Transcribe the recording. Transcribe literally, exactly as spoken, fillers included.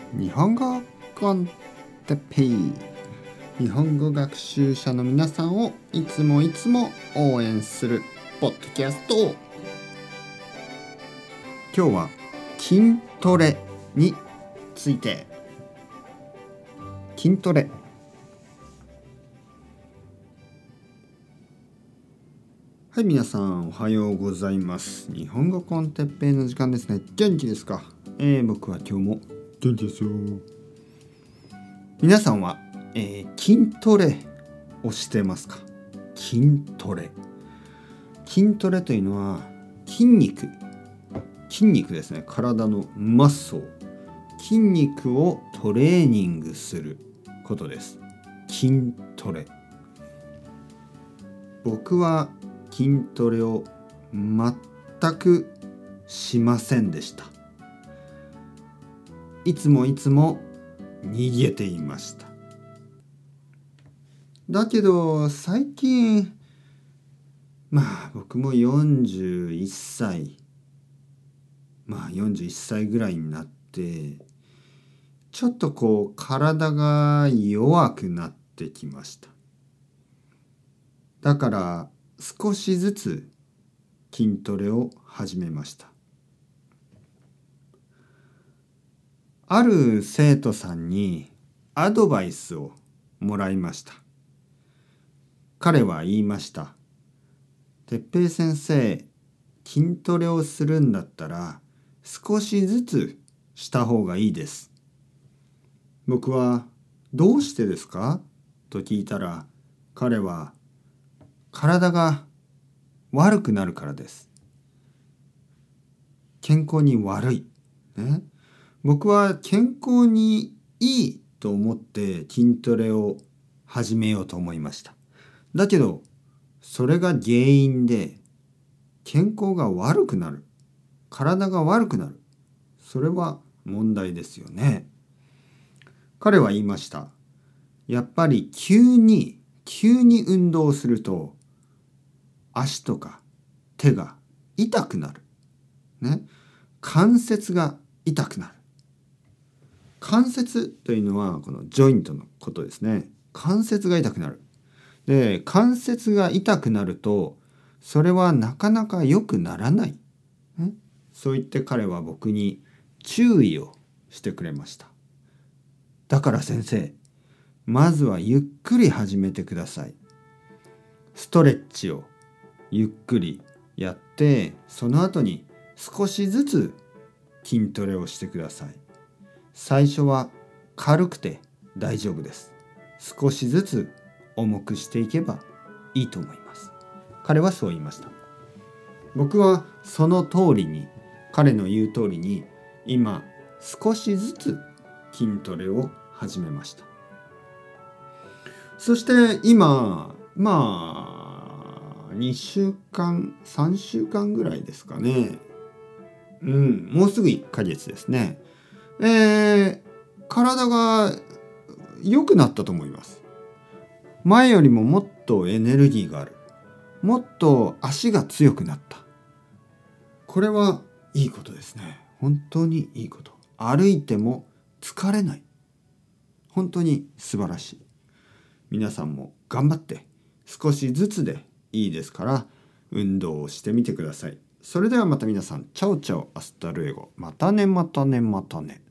日本語コンテッペイ。日本語学習者の皆さんをいつもいつも応援するポッドキャスト。今日は筋トレについて。筋トレ、はい、皆さんおはようございます。日本語コンテッペイの時間ですね。元気ですか？えー、僕は今日も元気ですよ。皆さんは、えー、筋トレをしてますか？筋トレ筋トレというのは筋肉筋肉ですね。体のマッスル、筋肉をトレーニングすることです。筋トレ。僕は筋トレを全くしませんでした。いつもいつも逃げていました。だけど最近、まあ僕もよんじゅういっさい、まあよんじゅういっさいぐらいになって、ちょっとこう体が弱くなってきました。だから少しずつ筋トレを始めました。ある生徒さんにアドバイスをもらいました。彼は言いました。哲平先生、筋トレをするんだったら少しずつした方がいいです。僕はどうしてですかと聞いたら、彼は体が悪くなるからです。健康に悪い、ね。僕は健康にいいと思って筋トレを始めようと思いました。だけどそれが原因で健康が悪くなる、体が悪くなる、それは問題ですよね。彼は言いました。やっぱり急に急に運動すると足とか手が痛くなる、ね、関節が痛くなる。関節というのはこのジョイントのことですね。関節が痛くなる。で、関節が痛くなるとそれはなかなか良くならない、ね、そう言って彼は僕に注意をしてくれました。だから先生、まずはゆっくり始めてください。ストレッチをゆっくりやって、その後に少しずつ筋トレをしてください。最初は軽くて大丈夫です。少しずつ重くしていけばいいと思います。彼はそう言いました。僕はその通りに、彼の言う通りに今少しずつ筋トレを始めました。そして今、まあにしゅうかんさんしゅうかんぐらいですかね。うんもうすぐいっかげつですね。えー、体が良くなったと思います。前よりももっとエネルギーがある。もっと足が強くなった。これはいいことですね。本当にいいこと。歩いても疲れない。本当に素晴らしい。皆さんも頑張って少しずつでいいですから運動をしてみてください。それではまた皆さん、チャオチャオ、アスタルエゴ。またねまたねまたね。